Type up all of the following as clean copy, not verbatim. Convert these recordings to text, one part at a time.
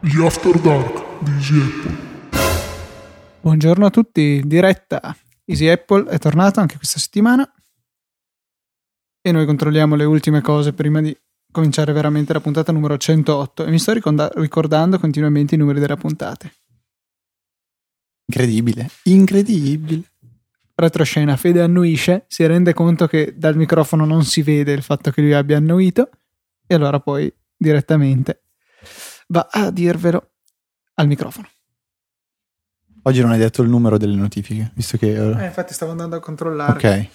Gli After Dark di Easy Apple. Buongiorno a tutti, diretta. Easy Apple è tornato anche questa settimana e noi controlliamo le ultime cose prima di cominciare veramente la puntata numero 108 e mi sto ricordando continuamente i numeri delle puntate. Incredibile. Retroscena, Fede annuisce, si rende conto che dal microfono non si vede il fatto che lui abbia annuito e allora poi direttamente va a dirvelo al microfono. Oggi non hai detto il numero delle notifiche, visto che... Infatti stavo andando a controllare. Ok.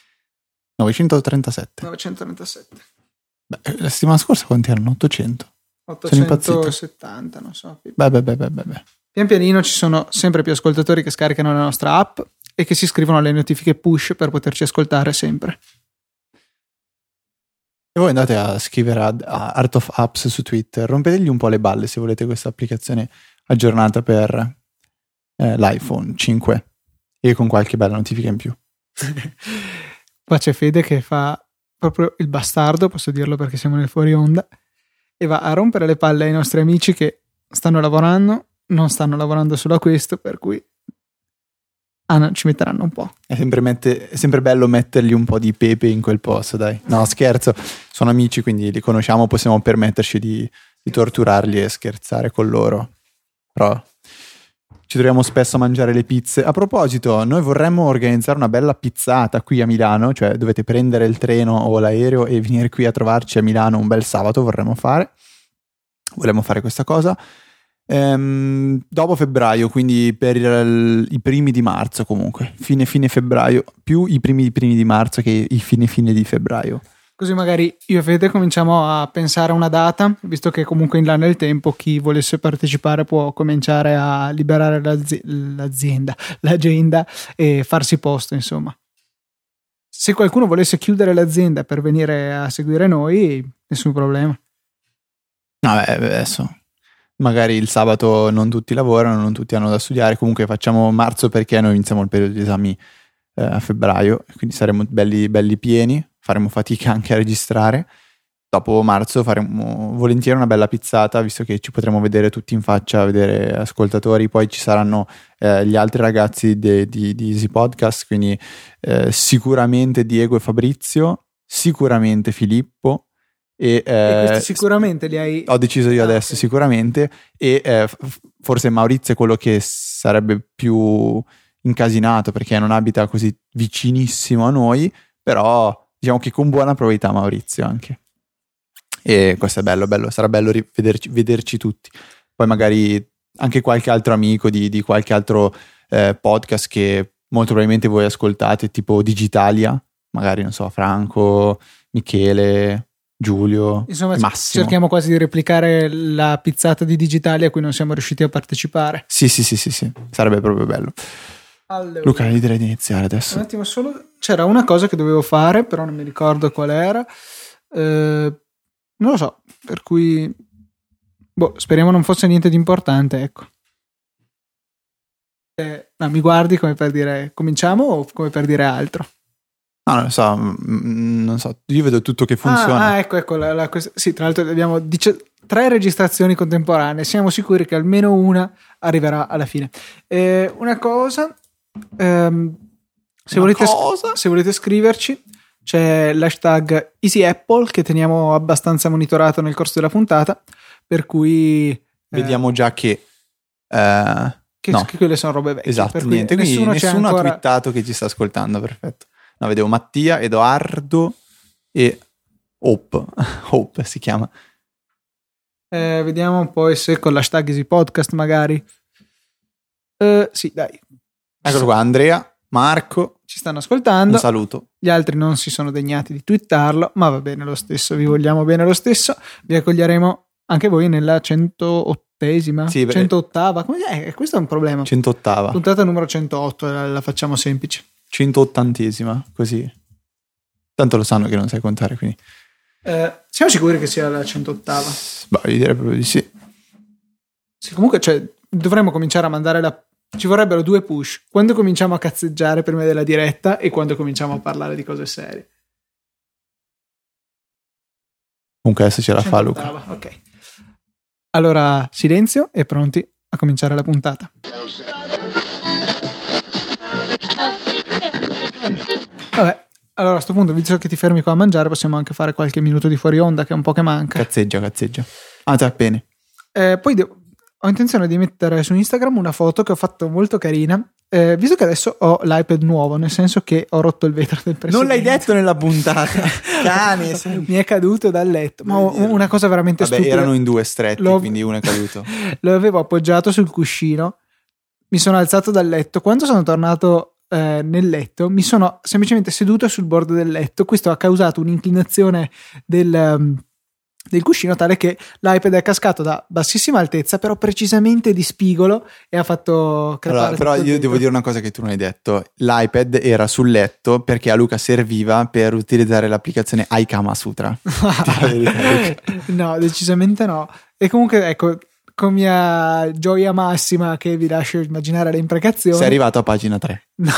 937. 937. Beh, la settimana scorsa quanti erano? 800. 870, non so. Beh. Pian pianino ci sono sempre più ascoltatori che scaricano la nostra app e che si iscrivono alle notifiche push per poterci ascoltare sempre. E voi andate a scrivere a Art of Apps su Twitter, rompetegli un po' le balle se volete questa applicazione aggiornata per l'iPhone 5 e con qualche bella notifica in più. Qua c'è Fede che fa proprio il bastardo, posso dirlo perché siamo nel fuori onda, e va a rompere le palle ai nostri amici che stanno lavorando, non stanno lavorando solo a questo, per cui ci metteranno un po'. È sempre bello mettergli un po' di pepe in quel posto, dai. No, scherzo, sono amici, quindi li conosciamo, possiamo permetterci di torturarli e scherzare con loro. Però ci troviamo spesso a mangiare le pizze. A proposito, noi vorremmo organizzare una bella pizzata qui a Milano, cioè dovete prendere il treno o l'aereo e venire qui a trovarci a Milano un bel sabato, volemmo fare questa cosa. Dopo febbraio, quindi per i primi di marzo, comunque fine febbraio, più i primi di marzo che i fine di febbraio, così magari io e Fede cominciamo a pensare a una data, visto che comunque in là nel tempo chi volesse partecipare può cominciare a liberare l'agenda e farsi posto, insomma. Se qualcuno volesse chiudere l'azienda per venire a seguire noi, nessun problema. Adesso magari il sabato non tutti lavorano, non tutti hanno da studiare, comunque facciamo marzo perché noi iniziamo il periodo di esami a febbraio, quindi saremo belli pieni, faremo fatica anche a registrare. Dopo marzo faremo volentieri una bella pizzata, visto che ci potremo vedere tutti in faccia, vedere ascoltatori, poi ci saranno gli altri ragazzi di Easy Podcast, quindi sicuramente Diego e Fabrizio, sicuramente Filippo, e questi sicuramente li hai... Ho deciso io adesso, okay. Sicuramente, e forse Maurizio è quello che sarebbe più incasinato perché non abita così vicinissimo a noi, però diciamo che con buona probabilità Maurizio anche, e questo è bello, sarà bello vederci tutti. Poi magari anche qualche altro amico di qualche altro podcast che molto probabilmente voi ascoltate, tipo Digitalia, magari non so, Franco, Michele, Giulio, insomma, Massimo. Cerchiamo quasi di replicare la pizzata di Digitalia a cui non siamo riusciti a partecipare. Sì, sarebbe proprio bello. Allora, Luca, io direi di iniziare adesso. Un attimo solo, c'era una cosa che dovevo fare, però non mi ricordo qual era. Non lo so, per cui speriamo non fosse niente di importante, ecco. No, mi guardi come per dire cominciamo o come per dire altro? No, non so, io vedo tutto che funziona. Ecco, sì, tra l'altro abbiamo 3 registrazioni contemporanee, siamo sicuri che almeno una arriverà alla fine. Una cosa, se volete scriverci, c'è l'hashtag EasyApple che teniamo abbastanza monitorato nel corso della puntata, per cui vediamo già che quelle sono robe vecchie. Esatto, niente, quindi nessuno ha twittato che ci sta ascoltando, perfetto. No, vedevo Mattia, Edoardo e Hope si chiama. Vediamo poi se con l'hashtag Easy Podcast magari. Sì, dai. Eccolo qua, Andrea, Marco. Ci stanno ascoltando. Un saluto. Gli altri non si sono degnati di twittarlo, ma va bene lo stesso, vi vogliamo bene lo stesso. Vi accoglieremo anche voi nella 108esima, sì, 108ª. Come è? Questo è un problema. 108ª. Puntata numero 108, la facciamo semplice. 180esima, così. Tanto lo sanno che non sai contare, quindi. Siamo sicuri che sia la 108ª? Io direi proprio di sì. Sì, comunque, dovremmo cominciare a mandare ci vorrebbero 2 push. Quando cominciamo a cazzeggiare prima della diretta e quando cominciamo a parlare di cose serie. Comunque adesso ce la fa Luca. Ok. Allora, silenzio e pronti a cominciare la puntata. Vabbè, allora a sto punto, visto che ti fermi qua a mangiare, possiamo anche fare qualche minuto di fuori onda, che è un po' che manca. Cazzeggia. Ah, già, bene. Poi ho intenzione di mettere su Instagram una foto che ho fatto molto carina, visto che adesso ho l'iPad nuovo, nel senso che ho rotto il vetro del precedente. Non l'hai detto nella puntata. Cane. Mi è caduto dal letto, ma una cosa veramente stupida. Erano in due stretti, quindi uno è caduto. Lo avevo appoggiato sul cuscino, mi sono alzato dal letto, quando sono tornato nel letto mi sono semplicemente seduto sul bordo del letto. Questo ha causato un'inclinazione del cuscino tale che l'iPad è cascato da bassissima altezza, però precisamente di spigolo, e ha fatto crepare. Allora, però io devo dire una cosa che tu non hai detto: l'iPad era sul letto perché a Luca serviva per utilizzare l'applicazione iKama Sutra. No, decisamente no. E comunque, ecco, con mia gioia massima, che vi lascio immaginare le imprecazioni, sei arrivato a pagina 3. No.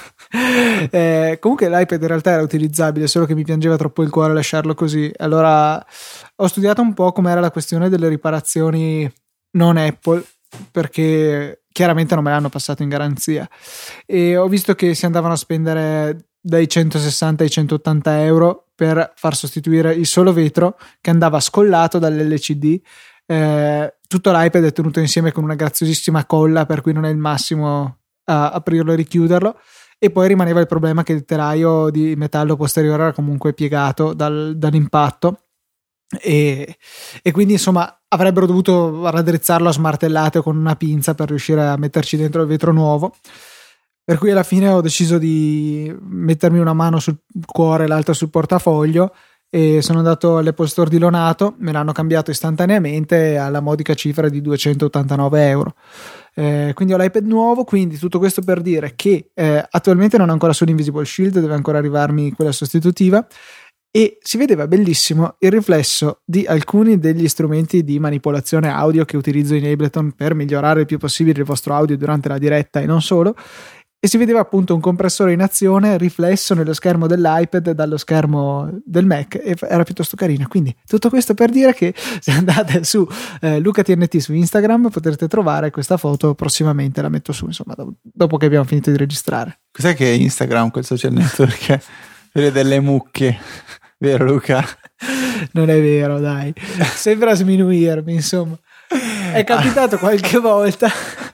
Comunque l'iPad in realtà era utilizzabile, solo che mi piangeva troppo il cuore lasciarlo così. Allora ho studiato un po' com'era la questione delle riparazioni non Apple, perché chiaramente non me l'hanno passato in garanzia, e ho visto che si andavano a spendere dai 160 ai 180 euro per far sostituire il solo vetro che andava scollato dall'LCD. Tutto l'iPad è tenuto insieme con una graziosissima colla, per cui non è il massimo a aprirlo e richiuderlo, e poi rimaneva il problema che il telaio di metallo posteriore era comunque piegato dall'impatto, e quindi insomma avrebbero dovuto raddrizzarlo a smartellate o con una pinza per riuscire a metterci dentro il vetro nuovo, per cui alla fine ho deciso di mettermi una mano sul cuore e l'altra sul portafoglio, e sono andato all'Apple Store di Lonato, me l'hanno cambiato istantaneamente alla modica cifra di 289 euro. Quindi ho l'iPad nuovo. Quindi tutto questo per dire che attualmente non ho ancora sull'Invisible Shield, deve ancora arrivarmi quella sostitutiva, e si vedeva bellissimo il riflesso di alcuni degli strumenti di manipolazione audio che utilizzo in Ableton per migliorare il più possibile il vostro audio durante la diretta e non solo. E si vedeva appunto un compressore in azione riflesso nello schermo dell'iPad dallo schermo del Mac, e era piuttosto carina. Quindi tutto questo per dire che se andate su LucaTNT su Instagram potrete trovare questa foto prossimamente, la metto su, insomma, dopo che abbiamo finito di registrare. Cos'è che è Instagram, quel social network? Vede delle mucche, vero Luca? Non è vero, dai, sembra sminuirmi, insomma. È capitato qualche volta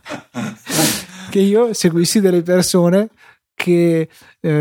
che io seguissi delle persone che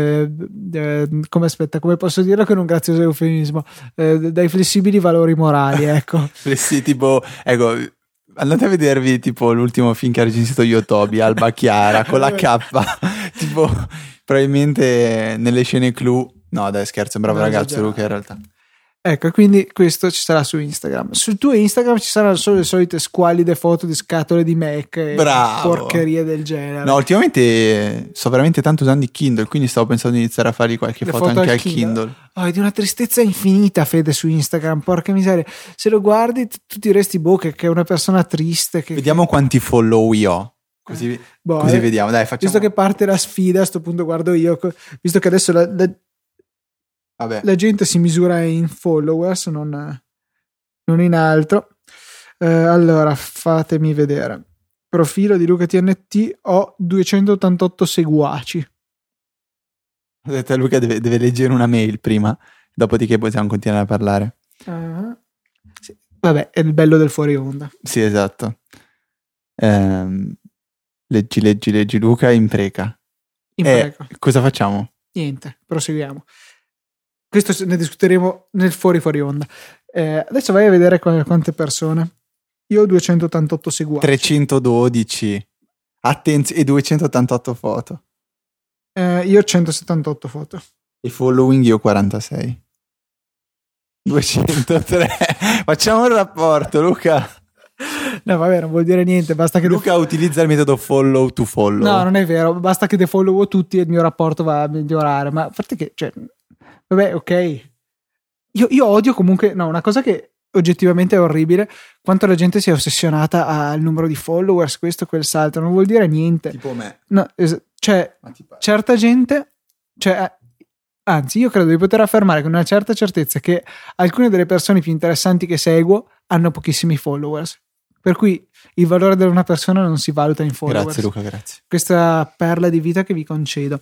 come posso dirlo con un grazioso eufemismo, dai flessibili valori morali, ecco. Tipo, ecco, andate a vedervi tipo l'ultimo film che ha recensito Yotobi, Alba Chiara con la K, tipo probabilmente nelle scene clou. No dai, scherzo, è un bravo ragazzo Luca in realtà. Ecco, quindi questo ci sarà su Instagram. Sul tuo Instagram ci saranno solo le solite squallide foto di scatole di Mac e porcherie del genere. No, ultimamente sto veramente tanto usando il Kindle, quindi stavo pensando di iniziare a fargli qualche foto anche al Kindle. Oh, è di una tristezza infinita, Fede, su Instagram, porca miseria. Se lo guardi tu ti resti che è una persona triste. Vediamo quanti follow io ho. Così vediamo, dai, facciamo. Visto che parte la sfida, a sto punto guardo io, visto che adesso la gente si misura in followers, non in altro. Allora, fatemi vedere. Profilo di LucaTNT, ho 288 seguaci. Ho detto a Luca deve leggere una mail prima, dopodiché possiamo continuare a parlare. Sì. Vabbè, è il bello del fuori onda. Sì, esatto. Leggi Luca, impreca. Cosa facciamo? Niente, proseguiamo. Questo ne discuteremo nel fuori onda. Adesso vai a vedere quante persone. Io ho 288 seguaci. 312. Attenzione, e 288 foto. Io ho 178 foto. E following io 46. 203. Facciamo un rapporto, Luca. No, vabbè, non vuol dire niente. Basta che Luca utilizza il metodo follow to follow. No, non è vero. Basta che defollowo tutti e il mio rapporto va a migliorare. Ma a parte che, vabbè, ok. Io odio comunque. No, una cosa che oggettivamente è orribile, quanto la gente sia ossessionata al numero di followers, questo, quel, salto. Non vuol dire niente. Tipo me. No, certa gente. Anzi, io credo di poter affermare con una certa certezza che alcune delle persone più interessanti che seguo hanno pochissimi followers. Per cui il valore di una persona non si valuta in followers. Grazie Luca, grazie. Questa perla di vita che vi concedo.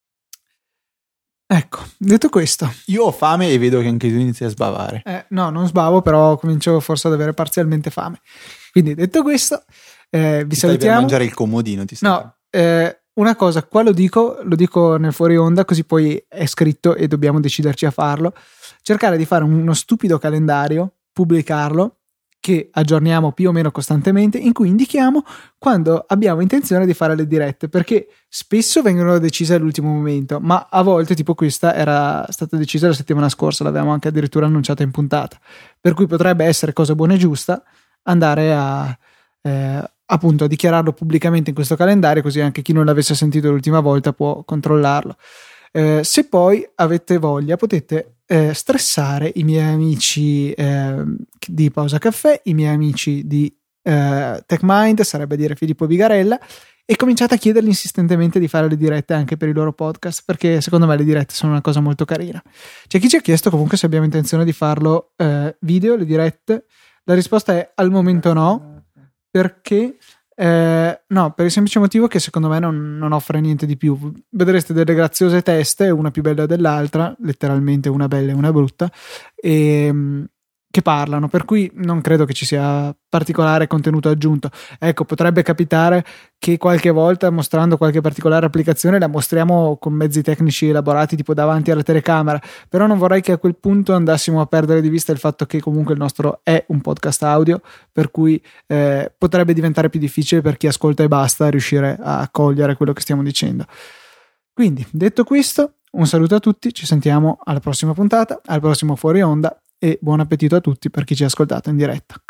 Ecco, detto questo. Io ho fame e vedo che anche tu inizi a sbavare. No, non sbavo, però comincio forse ad avere parzialmente fame. Quindi detto questo, vi Ti salutiamo. stai per mangiare il comodino, ti stai. No, una cosa, qua lo dico nel fuori onda, così poi è scritto e dobbiamo deciderci a farlo. Cercare di fare uno stupido calendario, pubblicarlo, che aggiorniamo più o meno costantemente, in cui indichiamo quando abbiamo intenzione di fare le dirette, perché spesso vengono decise all'ultimo momento, ma a volte, tipo questa, era stata decisa la settimana scorsa, l'avevamo anche addirittura annunciata in puntata, per cui potrebbe essere cosa buona e giusta andare a appunto a dichiararlo pubblicamente in questo calendario, così anche chi non l'avesse sentito l'ultima volta può controllarlo. Se poi avete voglia potete stressare i miei amici di Pausa Caffè, i miei amici di TechMind, sarebbe a dire Filippo Vigarella, e cominciate a chiedergli insistentemente di fare le dirette anche per i loro podcast, perché secondo me le dirette sono una cosa molto carina. C'è chi ci ha chiesto comunque se abbiamo intenzione di farlo video, le dirette. La risposta è al momento no, perché no, per il semplice motivo che secondo me non offre niente di più. Vedreste delle graziose teste, una più bella dell'altra, letteralmente una bella e una brutta, e che parlano, per cui non credo che ci sia particolare contenuto aggiunto. Ecco, potrebbe capitare che qualche volta, mostrando qualche particolare applicazione, la mostriamo con mezzi tecnici elaborati, tipo davanti alla telecamera, però non vorrei che a quel punto andassimo a perdere di vista il fatto che comunque il nostro è un podcast audio, per cui potrebbe diventare più difficile per chi ascolta e basta riuscire a cogliere quello che stiamo dicendo. Quindi, detto questo, un saluto a tutti, ci sentiamo alla prossima puntata, al prossimo Fuori Onda, e buon appetito a tutti per chi ci ha ascoltato in diretta.